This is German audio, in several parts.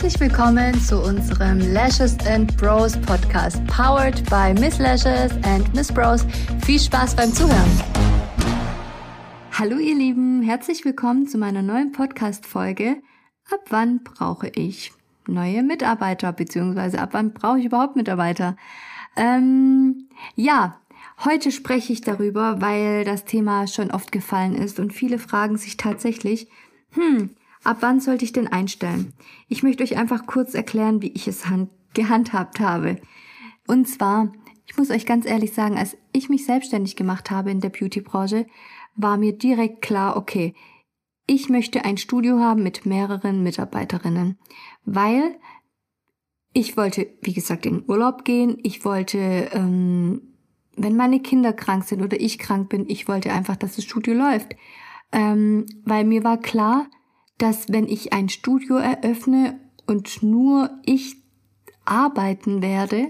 Herzlich willkommen zu unserem Lashes and Bros Podcast, powered by Miss Lashes and Miss Bros. Viel Spaß beim Zuhören. Hallo ihr Lieben, herzlich willkommen zu meiner neuen Podcast-Folge. Ab wann brauche ich neue Mitarbeiter, beziehungsweise ab wann brauche ich überhaupt Mitarbeiter? Heute spreche ich darüber, weil das Thema schon oft gefallen ist und viele fragen sich tatsächlich, ab wann sollte ich denn einstellen? Ich möchte euch einfach kurz erklären, wie ich es gehandhabt habe. Und zwar, ich muss euch ganz ehrlich sagen, als ich mich selbstständig gemacht habe in der Beauty-Branche, war mir direkt klar, okay, ich möchte ein Studio haben mit mehreren Mitarbeiterinnen, weil ich wollte, wie gesagt, in Urlaub gehen. Ich wollte, wenn meine Kinder krank sind oder ich krank bin, ich wollte einfach, dass das Studio läuft. Weil mir war klar, dass wenn ich ein Studio eröffne und nur ich arbeiten werde,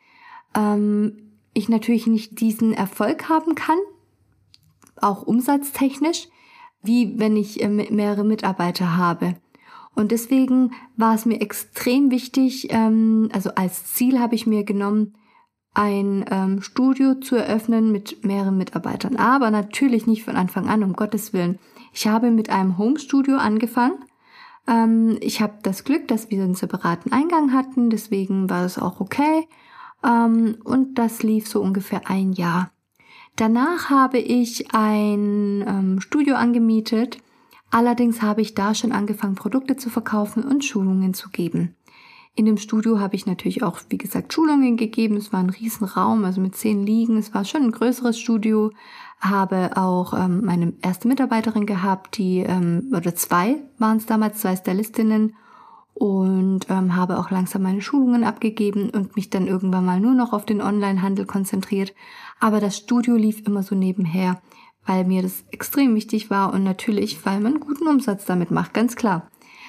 ich natürlich nicht diesen Erfolg haben kann, auch umsatztechnisch, wie wenn ich mehrere Mitarbeiter habe. Und deswegen war es mir extrem wichtig, also als Ziel habe ich mir genommen, ein Studio zu eröffnen mit mehreren Mitarbeitern. Aber natürlich nicht von Anfang an, um Gottes Willen. Ich habe mit einem Homestudio angefangen. Ich habe das Glück, dass wir einen separaten Eingang hatten, deswegen war es auch okay. Und das lief so ungefähr ein Jahr. Danach habe ich ein Studio angemietet. Allerdings habe ich da schon angefangen, Produkte zu verkaufen und Schulungen zu geben. In dem Studio habe ich natürlich auch, wie gesagt, Schulungen gegeben. Es war ein Riesenraum, also mit 10 Liegen. Es war schon ein größeres Studio. Habe auch meine erste Mitarbeiterin gehabt, oder 2 waren es damals, 2 Stylistinnen. Und habe auch langsam meine Schulungen abgegeben und mich dann irgendwann mal nur noch auf den Onlinehandel konzentriert. Aber das Studio lief immer so nebenher, weil mir das extrem wichtig war und natürlich, weil man guten Umsatz damit macht, ganz klar.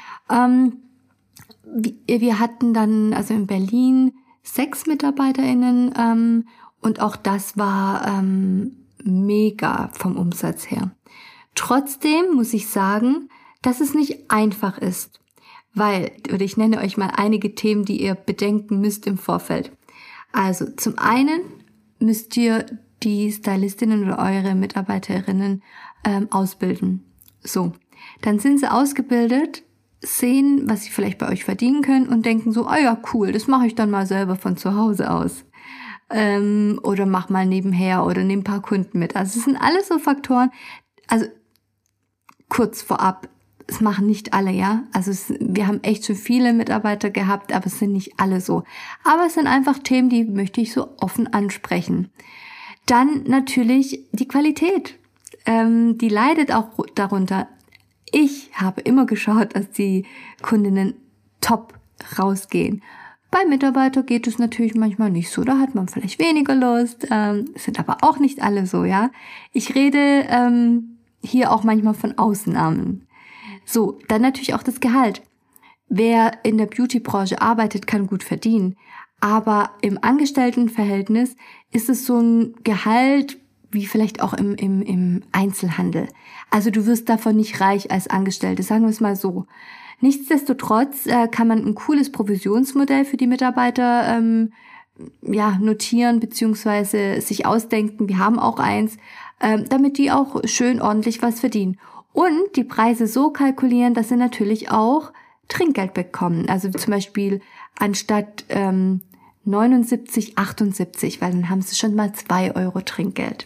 Wir hatten dann also in Berlin 6 MitarbeiterInnen und auch das war mega vom Umsatz her. Trotzdem muss ich sagen, dass es nicht einfach ist. Oder ich nenne euch mal einige Themen, die ihr bedenken müsst im Vorfeld. Also zum einen müsst ihr die Stylistinnen oder eure Mitarbeiterinnen ausbilden. So, dann sind sie ausgebildet, sehen, was sie vielleicht bei euch verdienen können und denken so, ja cool, das mache ich dann mal selber von zu Hause aus. Oder mach mal nebenher oder nehme ein paar Kunden mit. Also es sind alles so Faktoren, also kurz vorab, es machen nicht alle, ja. Also wir haben echt schon viele Mitarbeiter gehabt, aber es sind nicht alle so. Aber es sind einfach Themen, die möchte ich so offen ansprechen. Dann natürlich die Qualität. Die leidet auch darunter. Ich habe immer geschaut, dass die Kundinnen top rausgehen. Bei Mitarbeitern geht es natürlich manchmal nicht so. Da hat man vielleicht weniger Lust. Sind aber auch nicht alle so, ja. Ich rede hier auch manchmal von Ausnahmen. So, dann natürlich auch das Gehalt. Wer in der Beauty-Branche arbeitet, kann gut verdienen. Aber im Angestelltenverhältnis ist es so ein Gehalt wie vielleicht auch im Einzelhandel. Also du wirst davon nicht reich als Angestellte, sagen wir es mal so. Nichtsdestotrotz kann man ein cooles Provisionsmodell für die Mitarbeiter notieren beziehungsweise sich ausdenken. Wir haben auch eins, damit die auch schön ordentlich was verdienen. Und die Preise so kalkulieren, dass sie natürlich auch Trinkgeld bekommen. Also zum Beispiel anstatt 79, 78, weil dann haben sie schon mal 2 Euro Trinkgeld.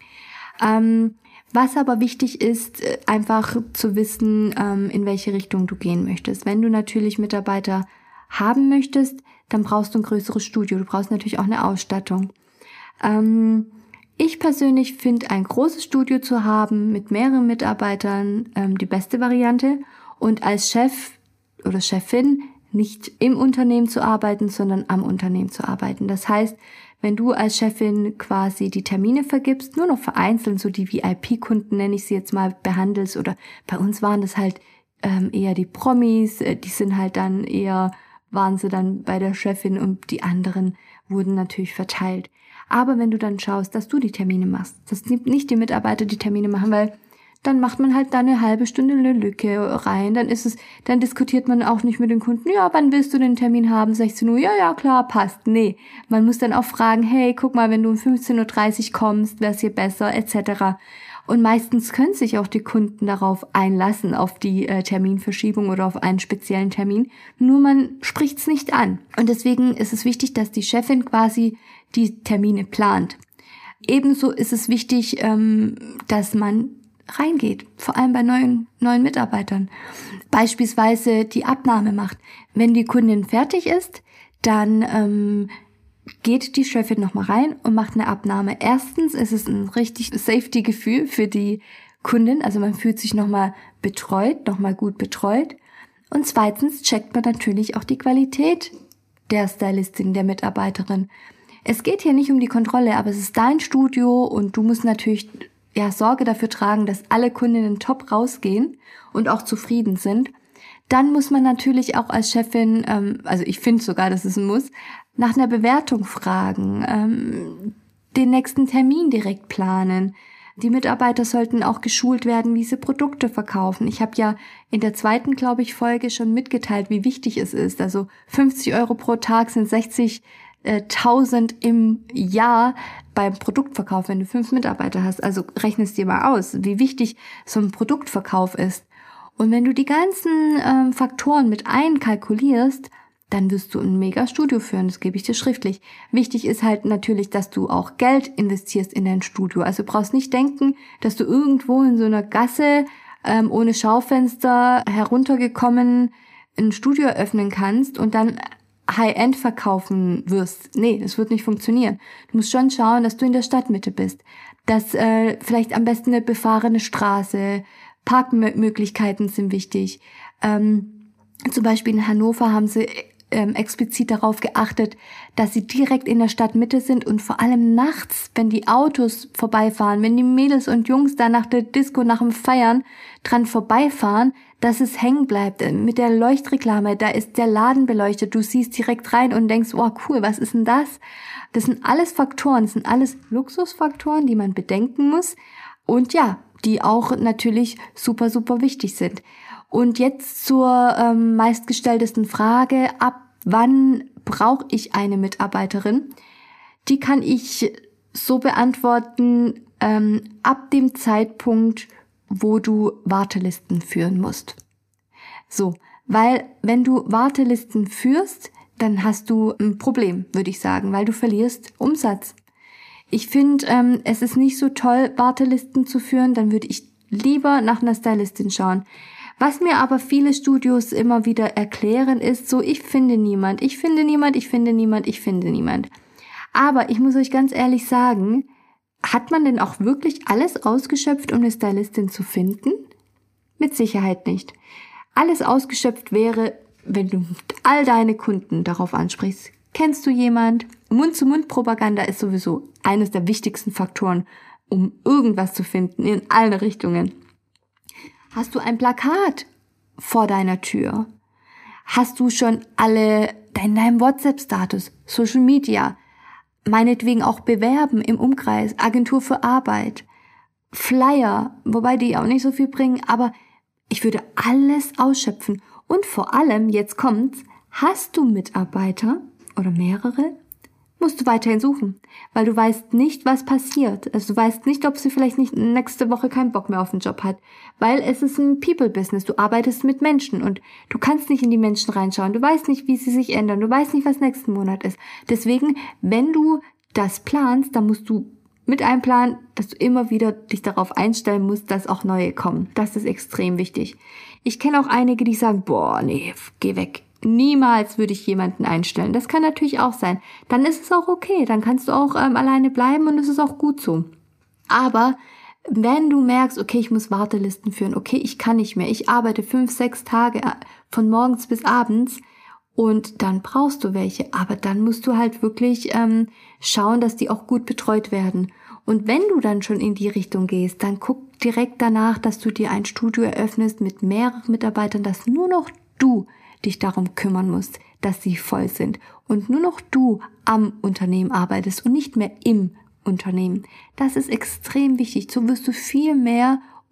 Was aber wichtig ist, einfach zu wissen, in welche Richtung du gehen möchtest. Wenn du natürlich Mitarbeiter haben möchtest, dann brauchst du ein größeres Studio. Du brauchst natürlich auch eine Ausstattung. Ich persönlich finde, ein großes Studio zu haben mit mehreren Mitarbeitern die beste Variante und als Chef oder Chefin nicht im Unternehmen zu arbeiten, sondern am Unternehmen zu arbeiten. Das heißt, wenn du als Chefin quasi die Termine vergibst, nur noch vereinzelt, so die VIP-Kunden, nenne ich sie jetzt mal, behandelst oder bei uns waren das halt eher die Promis, die sind halt dann eher, waren sie dann bei der Chefin und die anderen wurden natürlich verteilt. Aber wenn du dann schaust, dass du die Termine machst, dass nicht die Mitarbeiter die Termine machen, weil dann macht man halt da eine halbe Stunde eine Lücke rein. Dann diskutiert man auch nicht mit den Kunden, ja, wann willst du den Termin haben? 16 Uhr, ja, klar, passt. Nee, man muss dann auch fragen, hey, guck mal, wenn du um 15.30 Uhr kommst, wär's hier besser, etc. Und meistens können sich auch die Kunden darauf einlassen, auf die Terminverschiebung oder auf einen speziellen Termin. Nur man spricht's nicht an. Und deswegen ist es wichtig, dass die Chefin quasi die Termine plant. Ebenso ist es wichtig, dass man reingeht, vor allem bei neuen Mitarbeitern. Beispielsweise die Abnahme macht. Wenn die Kundin fertig ist, dann geht die Chefin nochmal rein und macht eine Abnahme. Erstens ist es ein richtig Safety-Gefühl für die Kundin, also man fühlt sich nochmal betreut, nochmal gut betreut. Und zweitens checkt man natürlich auch die Qualität der Stylistin, der Mitarbeiterin. Es geht hier nicht um die Kontrolle, aber es ist dein Studio und du musst natürlich Sorge dafür tragen, dass alle Kundinnen top rausgehen und auch zufrieden sind. Dann muss man natürlich auch als Chefin, also ich finde sogar, dass es ein Muss, nach einer Bewertung fragen, den nächsten Termin direkt planen. Die Mitarbeiter sollten auch geschult werden, wie sie Produkte verkaufen. Ich habe ja in der zweiten, glaube ich, Folge schon mitgeteilt, wie wichtig es ist. Also 50 Euro pro Tag sind 60.000 im Jahr beim Produktverkauf, wenn du 5 Mitarbeiter hast. Also rechne es dir mal aus, wie wichtig so ein Produktverkauf ist. Und wenn du die ganzen Faktoren mit einkalkulierst, dann wirst du ein mega Studio führen, das gebe ich dir schriftlich. Wichtig ist halt natürlich, dass du auch Geld investierst in dein Studio. Also du brauchst nicht denken, dass du irgendwo in so einer Gasse ohne Schaufenster heruntergekommen ein Studio eröffnen kannst und dann High-End verkaufen wirst. Nee, das wird nicht funktionieren. Du musst schon schauen, dass du in der Stadtmitte bist. Dass vielleicht am besten eine befahrene Straße, Parkmöglichkeiten sind wichtig. Zum Beispiel in Hannover haben sie explizit darauf geachtet, dass sie direkt in der Stadtmitte sind und vor allem nachts, wenn die Autos vorbeifahren, wenn die Mädels und Jungs da nach der Disco, nach dem Feiern dran vorbeifahren, dass es hängen bleibt. Mit der Leuchtreklame, da ist der Laden beleuchtet, du siehst direkt rein und denkst, oh cool, was ist denn das? Das sind alles Faktoren, das sind alles Luxusfaktoren, die man bedenken muss und ja, die auch natürlich super, super wichtig sind. Und jetzt zur meistgestelltesten Frage, ab wann brauche ich eine Mitarbeiterin? Die kann ich so beantworten, ab dem Zeitpunkt, wo du Wartelisten führen musst. So, weil wenn du Wartelisten führst, dann hast du ein Problem, würde ich sagen, weil du verlierst Umsatz. Ich finde, es ist nicht so toll, Wartelisten zu führen, dann würde ich lieber nach einer Stylistin schauen. Was mir aber viele Studios immer wieder erklären, ist so, ich finde niemand. Aber ich muss euch ganz ehrlich sagen, hat man denn auch wirklich alles ausgeschöpft, um eine Stylistin zu finden? Mit Sicherheit nicht. Alles ausgeschöpft wäre, wenn du all deine Kunden darauf ansprichst. Kennst du jemand? Mund-zu-Mund-Propaganda ist sowieso eines der wichtigsten Faktoren, um irgendwas zu finden, in alle Richtungen. Hast du ein Plakat vor deiner Tür? Hast du schon alle deinen WhatsApp-Status, Social Media, meinetwegen auch bewerben im Umkreis, Agentur für Arbeit, Flyer, wobei die auch nicht so viel bringen, aber ich würde alles ausschöpfen. Und vor allem, jetzt kommt's, hast du Mitarbeiter oder mehrere? Musst du weiterhin suchen, weil du weißt nicht, was passiert. Also du weißt nicht, ob sie vielleicht nicht nächste Woche keinen Bock mehr auf den Job hat, weil es ist ein People-Business. Du arbeitest mit Menschen und du kannst nicht in die Menschen reinschauen. Du weißt nicht, wie sie sich ändern. Du weißt nicht, was nächsten Monat ist. Deswegen, wenn du das planst, dann musst du mit einplanen, dass du immer wieder dich darauf einstellen musst, dass auch neue kommen. Das ist extrem wichtig. Ich kenne auch einige, die sagen, boah, nee, geh weg. Niemals würde ich jemanden einstellen. Das kann natürlich auch sein. Dann ist es auch okay. Dann kannst du auch alleine bleiben und es ist auch gut so. Aber wenn du merkst, okay, ich muss Wartelisten führen, okay, ich kann nicht mehr, ich arbeite 5-6 Tage von morgens bis abends und dann brauchst du welche. Aber dann musst du halt wirklich schauen, dass die auch gut betreut werden. Und wenn du dann schon in die Richtung gehst, dann guck direkt danach, dass du dir ein Studio eröffnest mit mehreren Mitarbeitern, dass nur noch du dich darum kümmern musst, dass sie voll sind und nur noch du am Unternehmen arbeitest und nicht mehr im Unternehmen. Das ist extrem wichtig. So wirst du viel mehr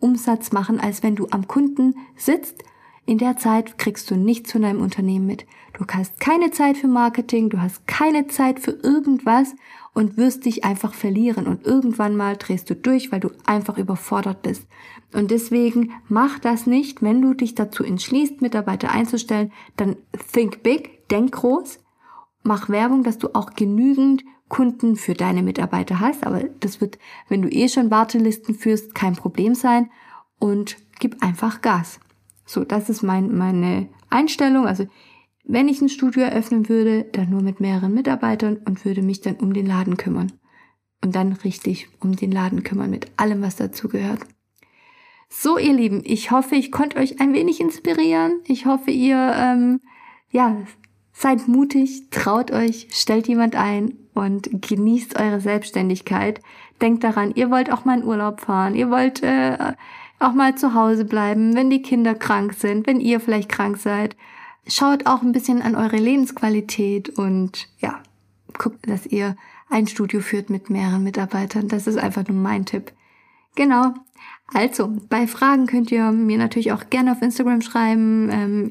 Umsatz machen, als wenn du am Kunden sitzt. In der Zeit kriegst du nichts von deinem Unternehmen mit. Du hast keine Zeit für Marketing, du hast keine Zeit für irgendwas und wirst dich einfach verlieren. Und irgendwann mal drehst du durch, weil du einfach überfordert bist. Und deswegen mach das nicht. Wenn du dich dazu entschließt, Mitarbeiter einzustellen, dann think big, denk groß, mach Werbung, dass du auch genügend Kunden für deine Mitarbeiter hast. Aber das wird, wenn du schon Wartelisten führst, kein Problem sein. Und gib einfach Gas. So, das ist meine Einstellung. Also, wenn ich ein Studio eröffnen würde, dann nur mit mehreren Mitarbeitern und würde mich dann um den Laden kümmern. Und dann richtig um den Laden kümmern mit allem, was dazu gehört. So, ihr Lieben, ich hoffe, ich konnte euch ein wenig inspirieren. Ich hoffe, ihr, seid mutig, traut euch, stellt jemand ein und genießt eure Selbstständigkeit. Denkt daran, ihr wollt auch mal in Urlaub fahren, ihr wollt auch mal zu Hause bleiben, wenn die Kinder krank sind, wenn ihr vielleicht krank seid. Schaut auch ein bisschen an eure Lebensqualität und ja, guckt, dass ihr ein Studio führt mit mehreren Mitarbeitern. Das ist einfach nur mein Tipp. Genau. Also, bei Fragen könnt ihr mir natürlich auch gerne auf Instagram schreiben,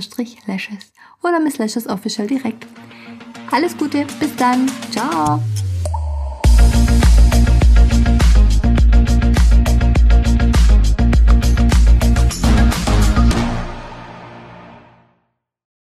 irina.jalcin_miss_lashes oder Miss Lashes Official direkt. Alles Gute, bis dann. Ciao.